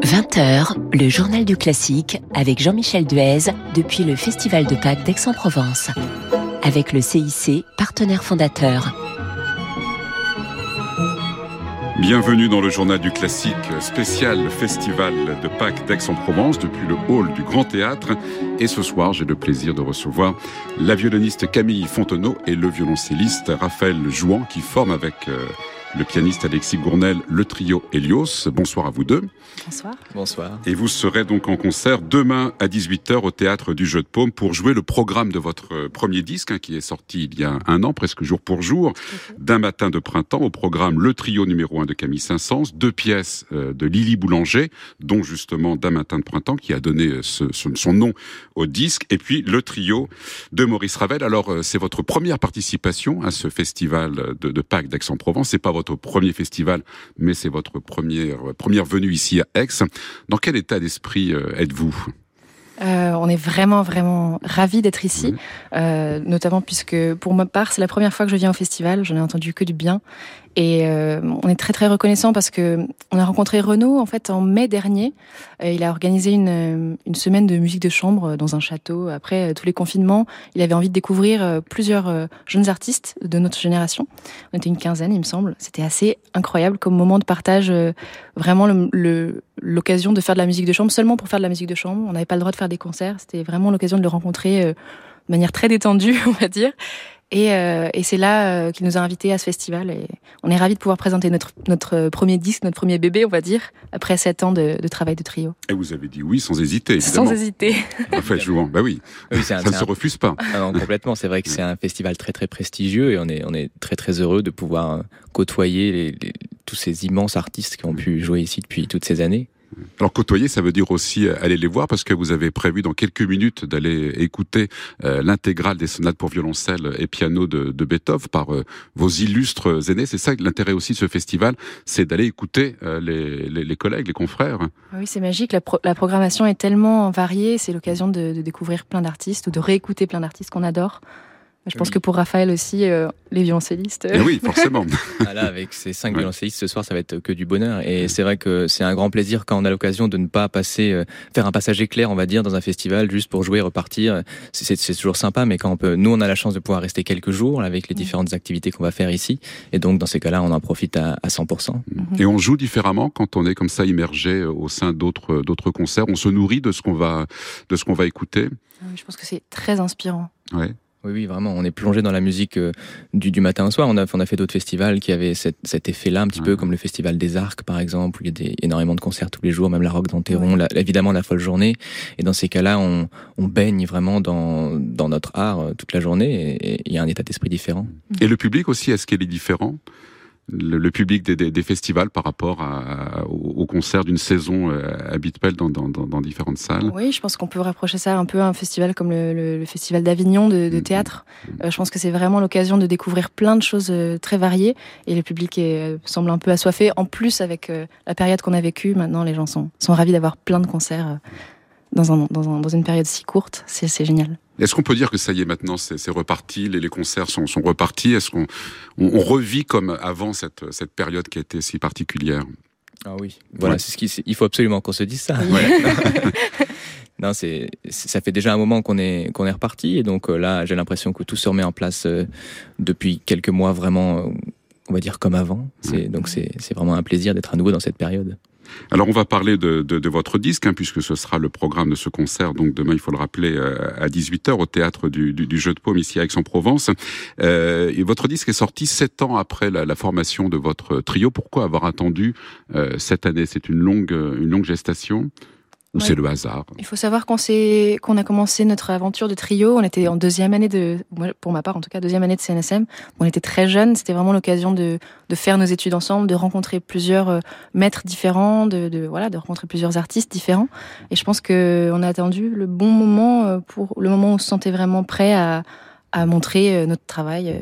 20h, le journal du classique avec Jean-Michel Duez depuis le Festival de Pâques d'Aix-en-Provence. Avec le CIC, partenaire fondateur. Bienvenue dans le journal du classique spécial Festival de Pâques d'Aix-en-Provence depuis le hall du Grand Théâtre. Et ce soir, j'ai le plaisir de recevoir la violoniste Camille Fontenot et le violoncelliste Raphaël Jouan qui forment avec le pianiste Alexis Gournel le trio Hélios. Bonsoir à vous deux. Bonsoir. Bonsoir. Et vous serez donc en concert demain à 18h au Théâtre du Jeu de Paume pour jouer le programme de votre premier disque qui est sorti il y a un an, presque jour pour jour, d'un matin de printemps. Au programme, le trio numéro 1 de Camille Saint-Saëns, 2 pièces de Lily Boulanger, dont justement d'un matin de printemps qui a donné son nom au disque, et puis le trio de Maurice Ravel. Alors c'est votre première participation à ce festival de Pâques d'Aix-en-Provence. C'est pas votre premier festival, mais c'est votre première venue ici à Aix. Dans quel état d'esprit êtes-vous ? On est vraiment ravis d'être ici, notamment puisque pour ma part, c'est la première fois que je viens au festival. J'en ai entendu que du bien. Et on est très reconnaissant parce que on a rencontré Renaud en fait en mai dernier. Il a organisé une semaine de musique de chambre dans un château. Après tous les confinements, il avait envie de découvrir plusieurs jeunes artistes de notre génération. On était une quinzaine, il me semble. C'était assez incroyable comme moment de partage. Vraiment l'occasion de faire de la musique de chambre seulement pour faire de la musique de chambre. On n'avait pas le droit de faire des concerts. C'était vraiment l'occasion de le rencontrer de manière très détendue, on va dire. Et c'est là qu'il nous a invités à ce festival. Et on est ravis de pouvoir présenter notre premier disque, notre premier bébé, on va dire, après 7 ans de travail de trio. Et vous avez dit oui sans hésiter, évidemment. Sans hésiter. Raphaël Jouan, bah oui, ça ne se refuse pas. Ah non, complètement. C'est vrai que c'est un festival très prestigieux et on est très heureux de pouvoir côtoyer tous ces immenses artistes qui ont pu jouer ici depuis toutes ces années. Alors côtoyer, ça veut dire aussi aller les voir parce que vous avez prévu dans quelques minutes d'aller écouter l'intégrale des sonates pour violoncelle et piano de Beethoven par vos illustres aînés. C'est ça l'intérêt aussi de ce festival, c'est d'aller écouter les collègues, les confrères. Oui, c'est magique. La programmation est tellement variée. C'est l'occasion de découvrir plein d'artistes ou de réécouter plein d'artistes qu'on adore. Je pense que pour Raphaël aussi, les violoncellistes. Oui, forcément. Là, avec ces 5 violoncellistes ce soir, ça va être que du bonheur. Et c'est vrai que c'est un grand plaisir quand on a l'occasion de ne pas faire un passage éclair, on va dire, dans un festival, juste pour jouer et repartir. C'est toujours sympa, mais quand nous, on a la chance de pouvoir rester quelques jours avec les différentes activités qu'on va faire ici. Et donc, dans ces cas-là, on en profite à 100%. Et on joue différemment quand on est comme ça immergé au sein d'autres concerts. On se nourrit de ce qu'on va écouter. Oui, je pense que c'est très inspirant. Ouais. Oui, vraiment, on est plongé dans la musique du matin au soir. On a fait d'autres festivals qui avaient cet effet-là, un petit peu comme le Festival des Arcs, par exemple, où il y a énormément de concerts tous les jours, même la Roque d'Anteron, évidemment la Folle Journée. Et dans ces cas-là, on baigne vraiment dans notre art toute la journée et il y a un état d'esprit différent. Et le public aussi, est-ce qu'il est différent ? Le public des festivals par rapport au concert d'une saison habituelle dans différentes salles. Oui, je pense qu'on peut rapprocher ça un peu à un festival comme le Festival d'Avignon de théâtre. Je pense que c'est vraiment l'occasion de découvrir plein de choses très variées et le public semble un peu assoiffé. En plus, avec la période qu'on a vécue, maintenant les gens sont ravis d'avoir plein de concerts dans une période si courte. C'est génial. Est-ce qu'on peut dire que ça y est maintenant, c'est reparti, les concerts sont repartis? Est-ce qu'on revit comme avant cette période qui a été si particulière? Ah oui, voilà, il faut absolument qu'on se dise ça. Ouais. Non, ça fait déjà un moment qu'on est reparti et donc là, j'ai l'impression que tout se remet en place depuis quelques mois vraiment, on va dire comme avant. Donc c'est vraiment un plaisir d'être à nouveau dans cette période. Alors on va parler de votre disque, puisque ce sera le programme de ce concert. Donc demain, il faut le rappeler, à 18h au Théâtre du Jeu de Paume, ici à Aix-en-Provence. Et votre disque est sorti 7 ans après la formation de votre trio. Pourquoi avoir attendu cette année? C'est une longue gestation? Ou c'est le hasard? Il faut savoir qu'on a commencé notre aventure de trio. On était en deuxième année pour ma part en tout cas, deuxième année de CNSM. On était très jeunes. C'était vraiment l'occasion de faire nos études ensemble, de rencontrer plusieurs maîtres différents, de rencontrer plusieurs artistes différents. Et je pense que on a attendu le bon moment pour le moment où on se sentait vraiment prêt à montrer notre travail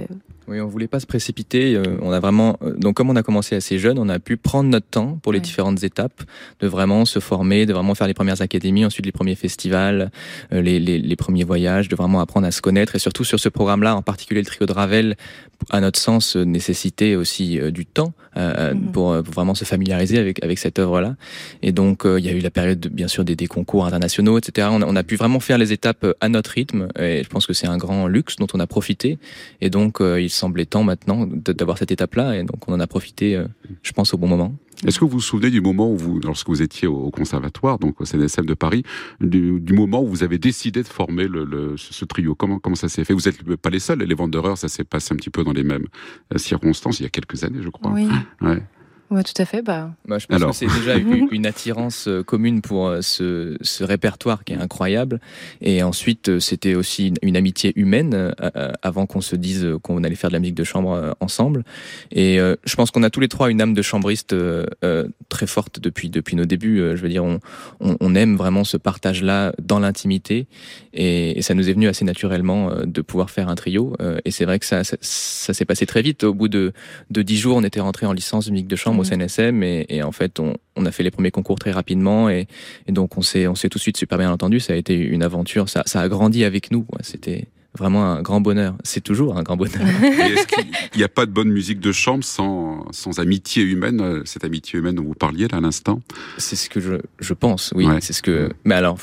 Oui, on voulait pas se précipiter. On a vraiment, donc comme on a commencé assez jeune, on a pu prendre notre temps pour les différentes étapes, de vraiment se former, de vraiment faire les premières académies, ensuite les premiers festivals, les premiers voyages, de vraiment apprendre à se connaître. Et surtout sur ce programme-là, en particulier le trio de Ravel, à notre sens, nécessitait aussi du temps pour vraiment se familiariser avec cette œuvre-là. Et donc il y a eu la période, bien sûr, des concours internationaux, etc. On a pu vraiment faire les étapes à notre rythme. Et je pense que c'est un grand luxe dont on a profité. Et donc il semblait temps maintenant d'avoir cette étape-là, et donc on en a profité, je pense, au bon moment. Est-ce que vous vous souvenez du moment où lorsque vous étiez au conservatoire, donc au CNSM de Paris, du moment où vous avez décidé de former ce trio? Comment ça s'est fait? Vous n'êtes pas les seuls, les Wanderers, ça s'est passé un petit peu dans les mêmes circonstances, il y a quelques années, je crois. Oui. Ouais. Ouais, tout à fait. Je pense que c'est déjà une attirance commune pour ce répertoire qui est incroyable. Et ensuite, c'était aussi une amitié humaine avant qu'on se dise qu'on allait faire de la musique de chambre ensemble. Et je pense qu'on a tous les trois une âme de chambriste très forte depuis nos débuts. Je veux dire, on aime vraiment ce partage-là dans l'intimité. Et ça nous est venu assez naturellement de pouvoir faire un trio. Et c'est vrai que ça s'est passé très vite. Au bout de 10 jours, on était rentré en licence de musique de chambre au CNSM, et en fait on a fait les premiers concours très rapidement, et donc on s'est tout de suite super bien entendu. Ça a été une aventure, ça a grandi avec nous, quoi. C'était vraiment un grand bonheur. C'est toujours un grand bonheur. Et est-ce qu'il n'y a pas de bonne musique de chambre sans amitié humaine, cette amitié humaine dont vous parliez là à l'instant? C'est ce que je pense, oui. Ouais. C'est ce que. Mais alors,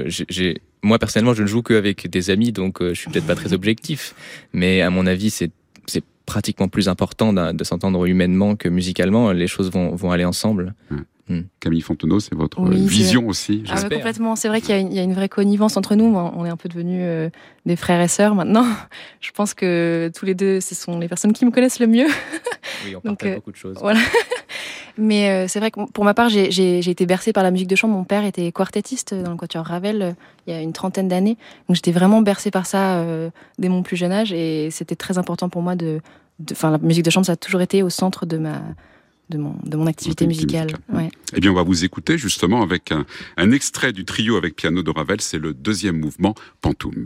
moi personnellement, je ne joue qu'avec des amis, donc je suis peut-être pas très objectif, mais à mon avis, c'est pratiquement plus important de s'entendre humainement que musicalement. Les choses vont aller ensemble. Camille Fontenot, c'est votre vision aussi, j'espère. Complètement. C'est vrai qu'il y a une vraie connivence entre nous. On est un peu devenus des frères et sœurs maintenant. Je pense que tous les deux, ce sont les personnes qui me connaissent le mieux. Oui, on partage beaucoup de choses. Voilà. Mais c'est vrai que pour ma part, j'ai été bercée par la musique de chambre. Mon père était quartettiste dans le quatuor Ravel il y a une trentaine d'années. Donc j'étais vraiment bercée par ça dès mon plus jeune âge, et c'était très important pour moi la musique de chambre, ça a toujours été au centre de mon activité musicale. Ouais. Eh bien, on va vous écouter justement avec un extrait du trio avec piano de Ravel. C'est le deuxième mouvement, Pantoum.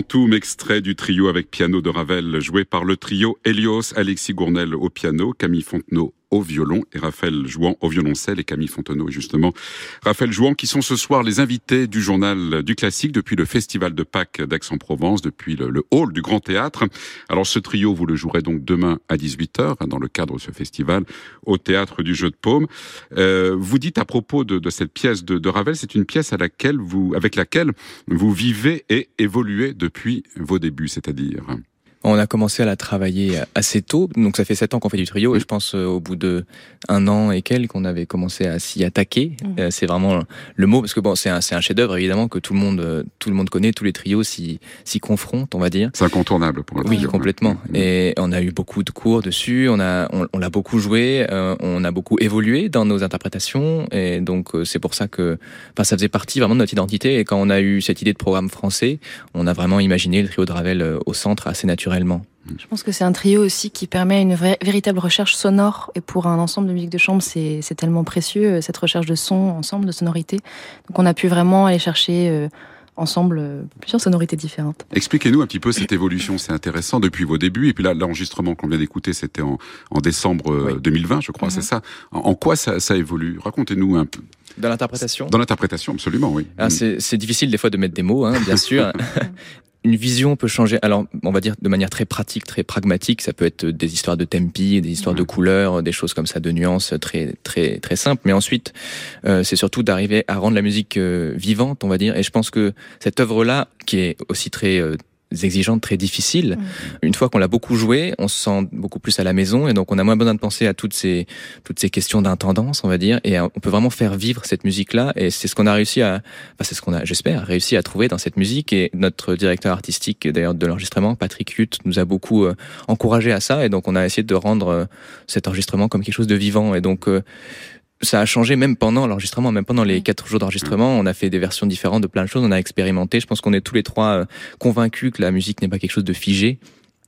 Fantôme, extrait du trio avec piano de Ravel, joué par le trio Hélios, Alexis Gournel au piano, Camille Fontenot au violon et Raphaël Jouan au violoncelle et Camille Fontenot et justement Raphaël Jouan qui sont ce soir les invités du journal du classique depuis le Festival de Pâques d'Aix-en-Provence, depuis le hall du Grand Théâtre. Alors ce trio, vous le jouerez donc demain à 18h dans le cadre de ce festival au Théâtre du Jeu de Paume. Vous dites à propos de cette pièce de Ravel, c'est une pièce avec laquelle vous vivez et évoluez depuis vos débuts, c'est-à-dire... On a commencé à la travailler assez tôt, donc ça fait 7 ans qu'on fait du trio, et je pense au bout de 1 an et quelques, on avait commencé à s'y attaquer. C'est vraiment le mot, parce que bon, c'est un chef-d'œuvre évidemment que tout le monde connaît, tous les trios s'y confrontent, on va dire. C'est incontournable pour le trio. Oui, complètement. Et on a eu beaucoup de cours dessus, on l'a beaucoup joué, on a beaucoup évolué dans nos interprétations, et donc c'est pour ça que, ça faisait partie vraiment de notre identité. Et quand on a eu cette idée de programme français, on a vraiment imaginé le trio de Ravel au centre assez naturellement. Je pense que c'est un trio aussi qui permet une véritable recherche sonore, et pour un ensemble de musique de chambre, c'est tellement précieux, cette recherche de son ensemble, de sonorité. Donc on a pu vraiment aller chercher ensemble plusieurs sonorités différentes. Expliquez-nous un petit peu cette évolution, c'est intéressant depuis vos débuts, et puis là l'enregistrement qu'on vient d'écouter, c'était en décembre 2020, je crois, c'est ça. En quoi ça évolue? Racontez-nous un peu. Dans l'interprétation? Dans l'interprétation, absolument, oui. Alors c'est difficile des fois de mettre des mots, bien sûr. Une vision peut changer. Alors, on va dire de manière très pratique, très pragmatique. Ça peut être des histoires de tempi, des histoires de couleurs, des choses comme ça, de nuances très, très, très simples. Mais ensuite, c'est surtout d'arriver à rendre la musique vivante, on va dire. Et je pense que cette œuvre-là, qui est aussi très exigeante, très difficile, une fois qu'on l'a beaucoup joué, on se sent beaucoup plus à la maison, et donc on a moins besoin de penser à toutes ces questions d'intendance, on va dire, et on peut vraiment faire vivre cette musique-là, et c'est ce qu'on a réussi j'espère, réussi à trouver dans cette musique. Et notre directeur artistique, d'ailleurs, de l'enregistrement, Patrick Hutt, nous a beaucoup encouragé à ça, et donc on a essayé de rendre cet enregistrement comme quelque chose de vivant. Et donc ça a changé même pendant l'enregistrement, même pendant les 4 jours d'enregistrement. On a fait des versions différentes de plein de choses, on a expérimenté. Je pense qu'on est tous les 3 convaincus que la musique n'est pas quelque chose de figé.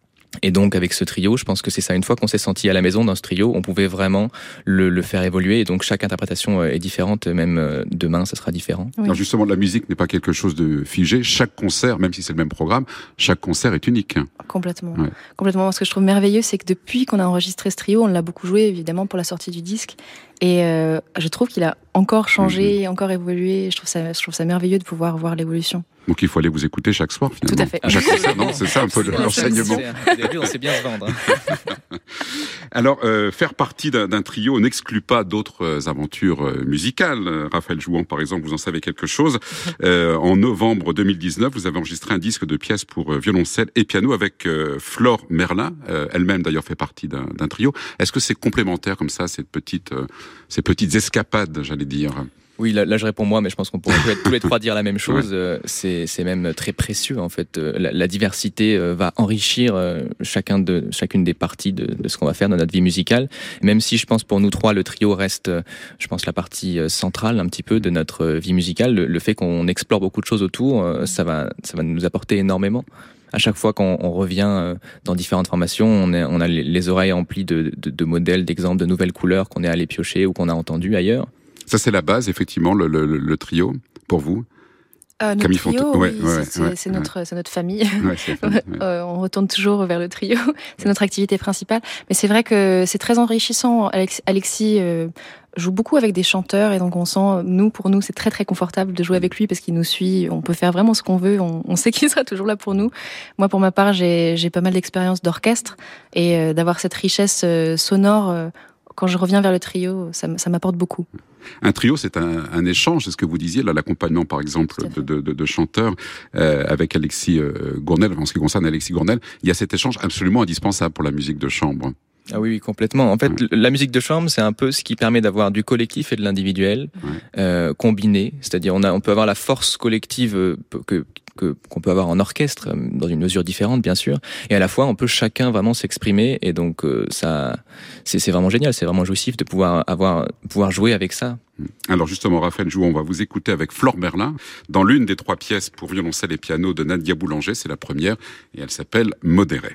Et donc avec ce trio, je pense que c'est ça. Une fois qu'on s'est senti à la maison dans ce trio, on pouvait vraiment le faire évoluer. Et donc chaque interprétation est différente, même demain, ça sera différent. Oui. Alors justement, la musique n'est pas quelque chose de figé. Chaque concert, même si c'est le même programme, chaque concert est unique. Complètement. Ouais. Complètement. Ce que je trouve merveilleux, c'est que depuis qu'on a enregistré ce trio, on l'a beaucoup joué évidemment pour la sortie du disque. Et je trouve qu'il a encore changé, encore évolué. Je trouve ça merveilleux de pouvoir voir l'évolution. Donc il faut aller vous écouter chaque soir, finalement. Tout à fait. Chaque concert, non, c'est ça un peu l'enseignement. On sait bien se vendre. Alors, faire partie d'un trio n'exclut pas d'autres aventures musicales. Raphaël Jouan, par exemple, vous en savez quelque chose. En novembre 2019, vous avez enregistré un disque de pièces pour violoncelle et piano avec Flore Merlin. Elle-même, d'ailleurs, fait partie d'un trio. Est-ce que c'est complémentaire, comme ça, ces petites escapades, j'allais dire? Oui, là je réponds moi, mais je pense qu'on pourrait être tous les 3 dire la même chose. Ouais. C'est même très précieux en fait. La diversité va enrichir chacune des parties de ce qu'on va faire dans notre vie musicale. Même si je pense pour nous 3, le trio reste, je pense, la partie centrale un petit peu de notre vie musicale. Le fait qu'on explore beaucoup de choses autour, ça va nous apporter énormément. À chaque fois qu'on revient dans différentes formations, on a les oreilles emplies de modèles, d'exemples, de nouvelles couleurs qu'on est allé piocher ou qu'on a entendues ailleurs. Ça, c'est la base, effectivement, le trio, pour vous? Notre trio, c'est notre famille. Ouais, c'est famille ouais. On retourne toujours vers le trio. C'est notre activité principale. Mais c'est vrai que c'est très enrichissant. Alexis joue beaucoup avec des chanteurs, et donc on sent, pour nous, c'est très très confortable de jouer avec lui parce qu'il nous suit. On peut faire vraiment ce qu'on veut. On sait qu'il sera toujours là pour nous. Moi, pour ma part, j'ai pas mal d'expérience d'orchestre, et d'avoir cette richesse sonore. Quand je reviens vers le trio, ça m'apporte beaucoup. Un trio, c'est un échange, c'est ce que vous disiez, là, l'accompagnement, par exemple, de chanteurs avec Alexis Gournel. En ce qui concerne Alexis Gournel, il y a cet échange absolument indispensable pour la musique de chambre. Ah oui, complètement. En fait, la musique de chambre, c'est un peu ce qui permet d'avoir du collectif et de l'individuel combiné. C'est-à-dire, on peut avoir la force collective qu'on peut avoir en orchestre, dans une mesure différente, bien sûr. Et à la fois, on peut chacun vraiment s'exprimer. Et donc, c'est vraiment génial. C'est vraiment jouissif de pouvoir jouer avec ça. Alors justement, Raphaël Jouan, on va vous écouter avec Flore Merlin dans l'une des 3 pièces pour violoncelle et piano de Nadia Boulanger. C'est la première et elle s'appelle Modéré.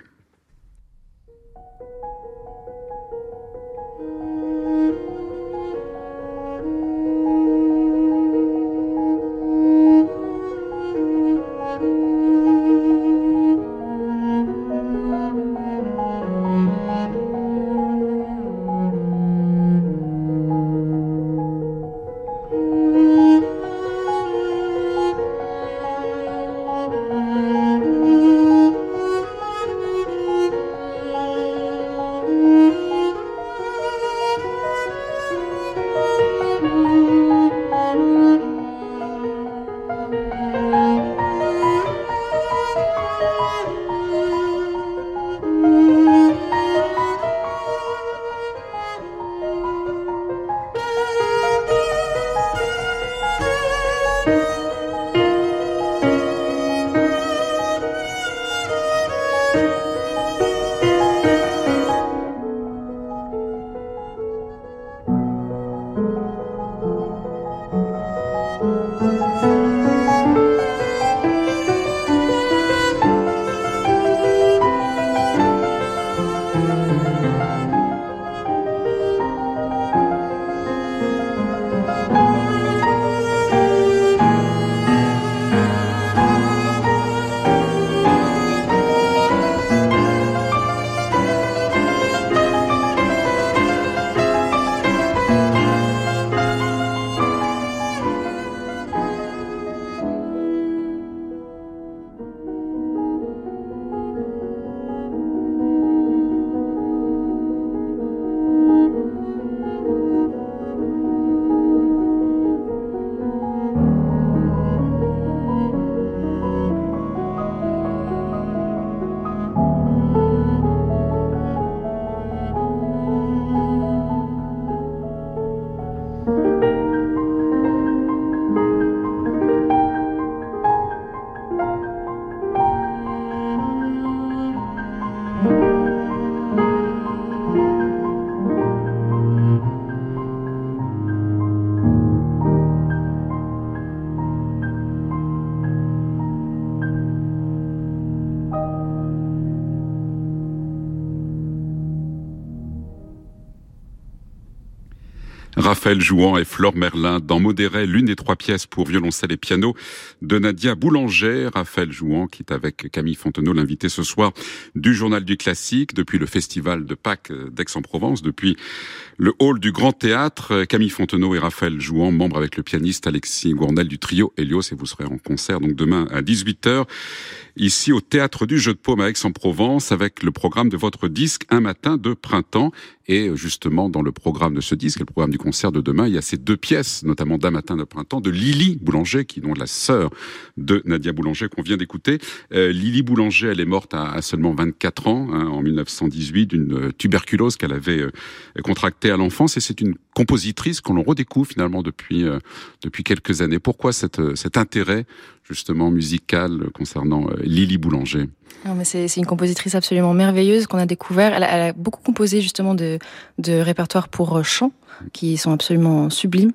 Raphaël Jouan et Flore Merlin dans Modéré, l'une des 3 pièces pour violoncelle et piano de Nadia Boulanger. Raphaël Jouan qui est avec Camille Fontenot, l'invité ce soir du Journal du Classique, depuis le Festival de Pâques d'Aix-en-Provence, depuis le hall du Grand Théâtre. Camille Fontenot et Raphaël Jouan, membres avec le pianiste Alexis Gournel du trio Hélios, et vous serez en concert donc demain à 18h. Ici au Théâtre du Jeu de Paume à Aix-en-Provence, avec le programme de votre disque Un matin de printemps. Et justement, dans le programme de ce disque, et le programme du concert de demain, il y a ces 2 pièces, notamment d'Un matin de printemps, de Lily Boulanger, qui est donc la sœur de Nadia Boulanger, qu'on vient d'écouter. Lily Boulanger, elle est morte à seulement 24 ans, en 1918, d'une tuberculose qu'elle avait contractée à l'enfance. Et c'est une compositrice qu'on redécouvre finalement depuis quelques années. Pourquoi cet intérêt justement musical concernant Lily Boulanger? Non, mais c'est une compositrice absolument merveilleuse qu'on a découvert. Elle a beaucoup composé justement de répertoires pour chant qui sont absolument sublimes.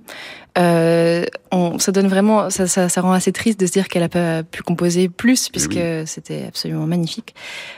Ça donne vraiment, ça rend assez triste de se dire qu'elle a pas pu composer plus, puisque c'était absolument magnifique.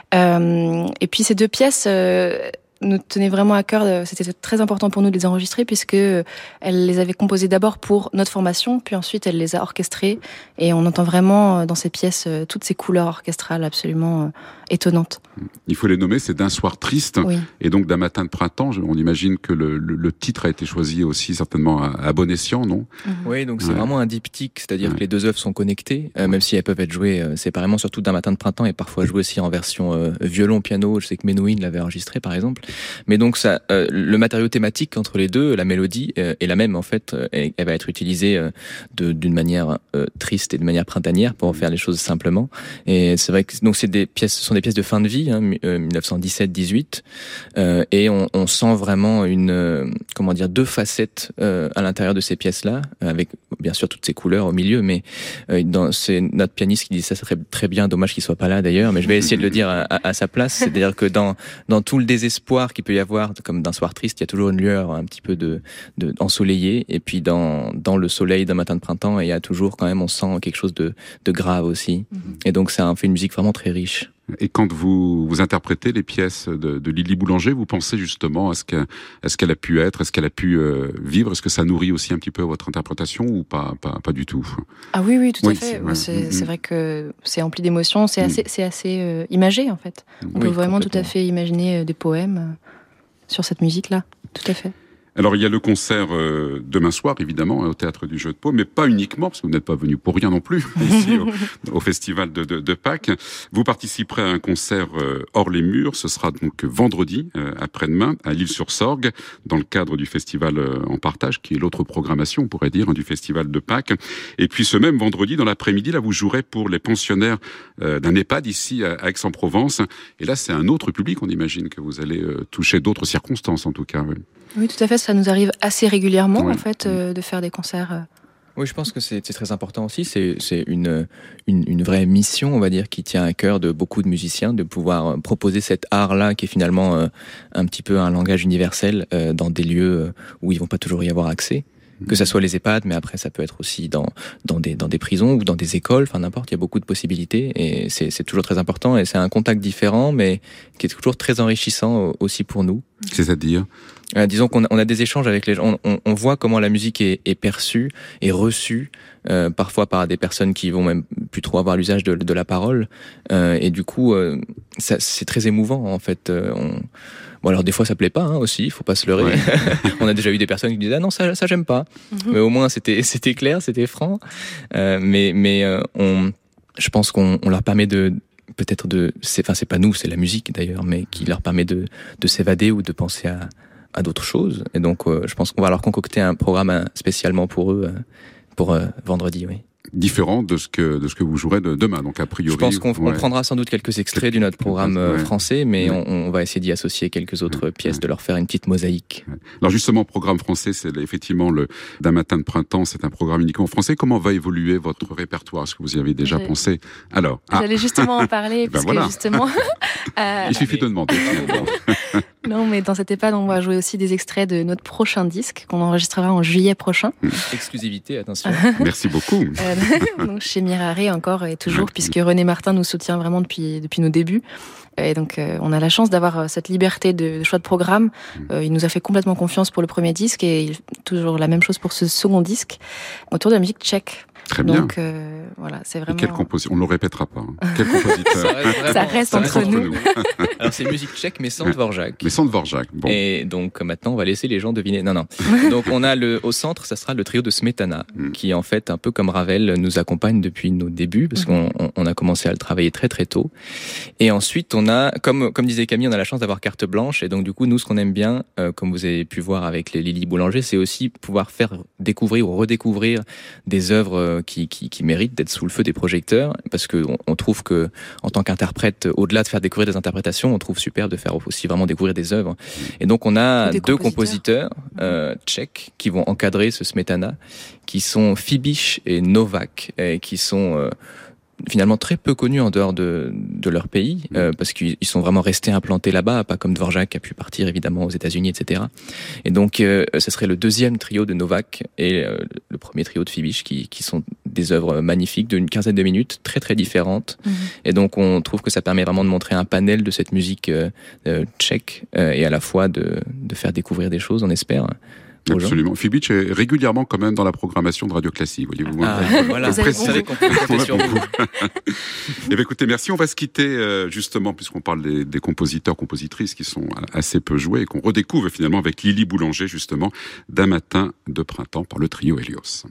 Et puis ces 2 pièces nous tenaient vraiment à cœur. C'était très important pour nous de les enregistrer, puisque elle les avait composées d'abord pour notre formation, puis ensuite elle les a orchestrées, et on entend vraiment dans ces pièces toutes ces couleurs orchestrales absolument étonnantes. Il faut les nommer, c'est D'un soir triste, oui. Et donc D'un matin de printemps. On imagine que le titre a été choisi aussi certainement à bon escient, non? Oui, donc c'est vraiment un diptyque, c'est-à-dire que les 2 œuvres sont connectées, même si elles peuvent être jouées séparément, surtout D'un matin de printemps est parfois joué aussi en version violon-piano. Je sais que Menuhin l'avait enregistré par exemple. Mais donc ça, le matériau thématique entre les 2, la mélodie est la même en fait. Elle va être utilisée d'une manière triste et de manière printanière pour faire les choses simplement. Et c'est vrai que donc ce sont des pièces de fin de vie, 1917-18, et on sent vraiment comment dire, 2 facettes à l'intérieur de ces pièces-là, avec bien sûr toutes ces couleurs au milieu. Mais c'est notre pianiste qui dit ça serait très bien, dommage qu'il soit pas là d'ailleurs. Mais je vais essayer de le dire à sa place. C'est-à-dire que dans tout le désespoir qu'il peut y avoir, comme D'un soir triste, il y a toujours une lueur un petit peu de ensoleillée, et puis dans le soleil d'un matin de printemps, il y a toujours quand même, on sent quelque chose de grave aussi. Et donc ça fait une musique vraiment très riche. Et quand vous interprétez les pièces de Lily Boulanger, vous pensez justement à ce qu'elle a pu être, à ce qu'elle a pu vivre? Est-ce que ça nourrit aussi un petit peu votre interprétation ou pas du tout? Ah oui, tout à fait. C'est vrai que c'est empli d'émotions, c'est assez imagé en fait. On peut vraiment tout à fait imaginer des poèmes sur cette musique-là, tout à fait. Alors il y a le concert demain soir évidemment au Théâtre du Jeu de Paume, mais pas uniquement, parce que vous n'êtes pas venu pour rien non plus ici au Festival de Pâques. Vous participerez à un concert hors les murs. Ce sera donc vendredi après-demain à l'Isle-sur-Sorgue, dans le cadre du festival en partage, qui est l'autre programmation, on pourrait dire, du Festival de Pâques. Et puis ce même vendredi, dans l'après-midi, là vous jouerez pour les pensionnaires d'un EHPAD ici à Aix-en-Provence. Et là c'est un autre public, on imagine que vous allez toucher d'autres circonstances en tout cas. Oui, tout à fait. Ça nous arrive assez régulièrement en fait de faire des concerts. Oui, je pense que c'est très important aussi. C'est une vraie mission, on va dire, qui tient à cœur de beaucoup de musiciens, de pouvoir proposer cet art-là qui est finalement un petit peu un langage universel dans des lieux où ils vont pas toujours y avoir accès. Que ça soit les EHPAD, mais après ça peut être aussi dans des prisons ou dans des écoles, enfin n'importe, il y a beaucoup de possibilités et c'est toujours très important et c'est un contact différent mais qui est toujours très enrichissant aussi pour nous. C'est-à-dire disons qu'on a des échanges avec les gens, on voit comment la musique est perçue et reçue parfois par des personnes qui vont même plus trop avoir l'usage de la parole et du coup c'est très émouvant en fait. Bon alors des fois ça plaît pas aussi, il faut pas se leurrer. Ouais. On a déjà eu des personnes qui disaient ah non ça j'aime pas, mais au moins c'était clair, c'était franc. Je pense qu'on leur permet c'est pas nous, c'est la musique d'ailleurs, mais qui leur permet de s'évader ou de penser à d'autres choses. Et donc je pense qu'on va leur concocter un programme spécialement pour eux pour vendredi, oui. Différent de ce que vous jouerez demain, donc a priori. Je pense qu'on prendra sans doute quelques extraits de notre programme français, mais on va essayer d'y associer quelques autres pièces, de leur faire une petite mosaïque. Alors justement, programme français, c'est effectivement d'un matin de printemps, c'est un programme uniquement français. Comment va évoluer votre répertoire? Est-ce que vous y avez déjà pensé? Alors, j'allais justement en parler, parce que justement... Il suffit de demander. Non, mais dans cette EHPAD, on va jouer aussi des extraits de notre prochain disque qu'on enregistrera en juillet prochain. Exclusivité, attention. Merci beaucoup. Donc chez Mirare encore et toujours, puisque René Martin nous soutient vraiment depuis nos débuts. Et donc on a la chance d'avoir cette liberté de choix de programme. Il nous a fait complètement confiance pour le premier disque et toujours la même chose pour ce second disque autour de la musique tchèque. Très bien. Donc voilà, c'est vraiment... Quel compositeur? On ne le répétera pas. Quel compositeur? Ça reste entre nous. Alors c'est musique tchèque mais sans Dvorak. Mais sans Dvorak. Bon. Et donc maintenant on va laisser les gens deviner. Non. Donc on a au centre, ça sera le trio de Smetana, qui en fait un peu comme Ravel nous accompagne depuis nos débuts parce qu'on a commencé à le travailler très très tôt. Et ensuite on a, comme disait Camille, on a la chance d'avoir carte blanche et donc du coup nous ce qu'on aime bien, comme vous avez pu voir avec les Lily Boulanger, c'est aussi pouvoir faire découvrir ou redécouvrir des œuvres qui méritent d'être sous le feu des projecteurs, parce que on trouve que en tant qu'interprète, au-delà de faire découvrir des interprétations, on trouve super de faire aussi vraiment découvrir des œuvres. Et donc on a deux compositeurs tchèques qui vont encadrer ce Smetana, qui sont Fibiš et Novak, et qui sont finalement très peu connus en dehors de leur pays, parce qu'ils sont vraiment restés implantés là-bas, pas comme Dvorak qui a pu partir évidemment aux États-Unis, etc. Et donc, ce serait le deuxième trio de Novak et le premier trio de Fibiš, qui sont des œuvres magnifiques d'une quinzaine de minutes, très très différentes. Et donc, on trouve que ça permet vraiment de montrer un panel de cette musique tchèque et à la fois de faire découvrir des choses, on espère. Absolument. Fibiš est régulièrement quand même dans la programmation de Radio Classique, voyez-vous. Voilà, vous savez qu'on peut compter sur vous. Eh bien, écoutez, merci. On va se quitter justement, puisqu'on parle des compositeurs, compositrices qui sont assez peu joués et qu'on redécouvre finalement avec Lily Boulanger, justement, d'un matin de printemps par le trio Hélios.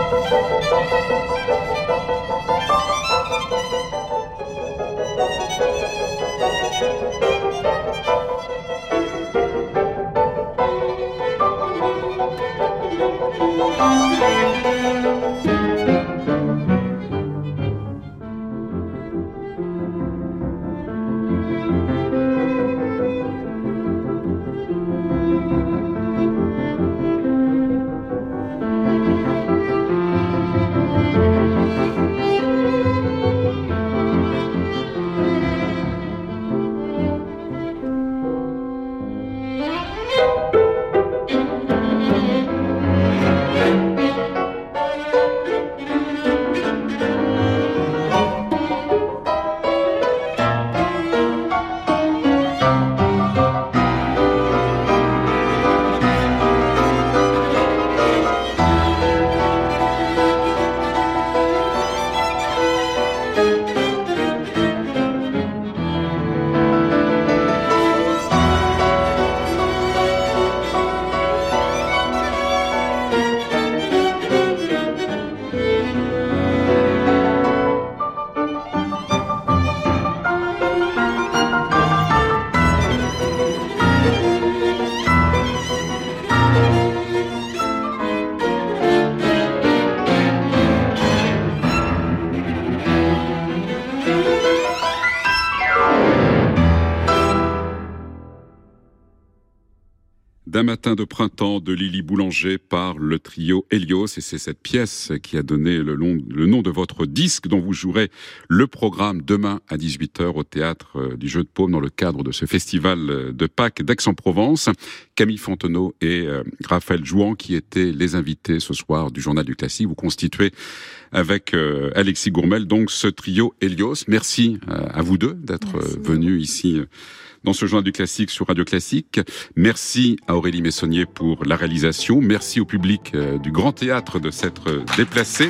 D'un matin de printemps de Lily Boulanger par le trio Hélios, et c'est cette pièce qui a donné le nom de votre disque dont vous jouerez le programme demain à 18h au théâtre du Jeu de Paume dans le cadre de ce festival de Pâques d'Aix-en-Provence. Camille Fontenot et Raphaël Jouan qui étaient les invités ce soir du Journal du Classique. Vous constituez avec Alexis Gourmel donc ce trio Hélios. Merci à vous deux d'être venus ici dans ce Journal du Classique sur Radio Classique. Merci à Aurélie Messonnier pour la réalisation. Merci au public du Grand Théâtre de s'être déplacé.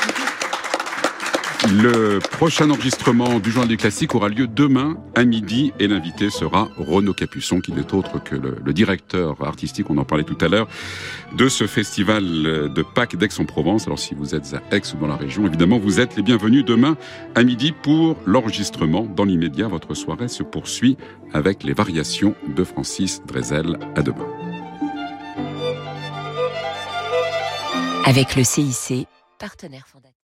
Le prochain enregistrement du Journal du Classique aura lieu demain à midi et l'invité sera Renaud Capuçon qui n'est autre que le directeur artistique, on en parlait tout à l'heure, de ce festival de Pâques d'Aix-en-Provence. Alors si vous êtes à Aix ou dans la région, évidemment vous êtes les bienvenus demain à midi pour l'enregistrement. Dans l'immédiat, votre soirée se poursuit avec les variations de Francis Drezel. À demain. Avec le CIC, partenaire fondateur.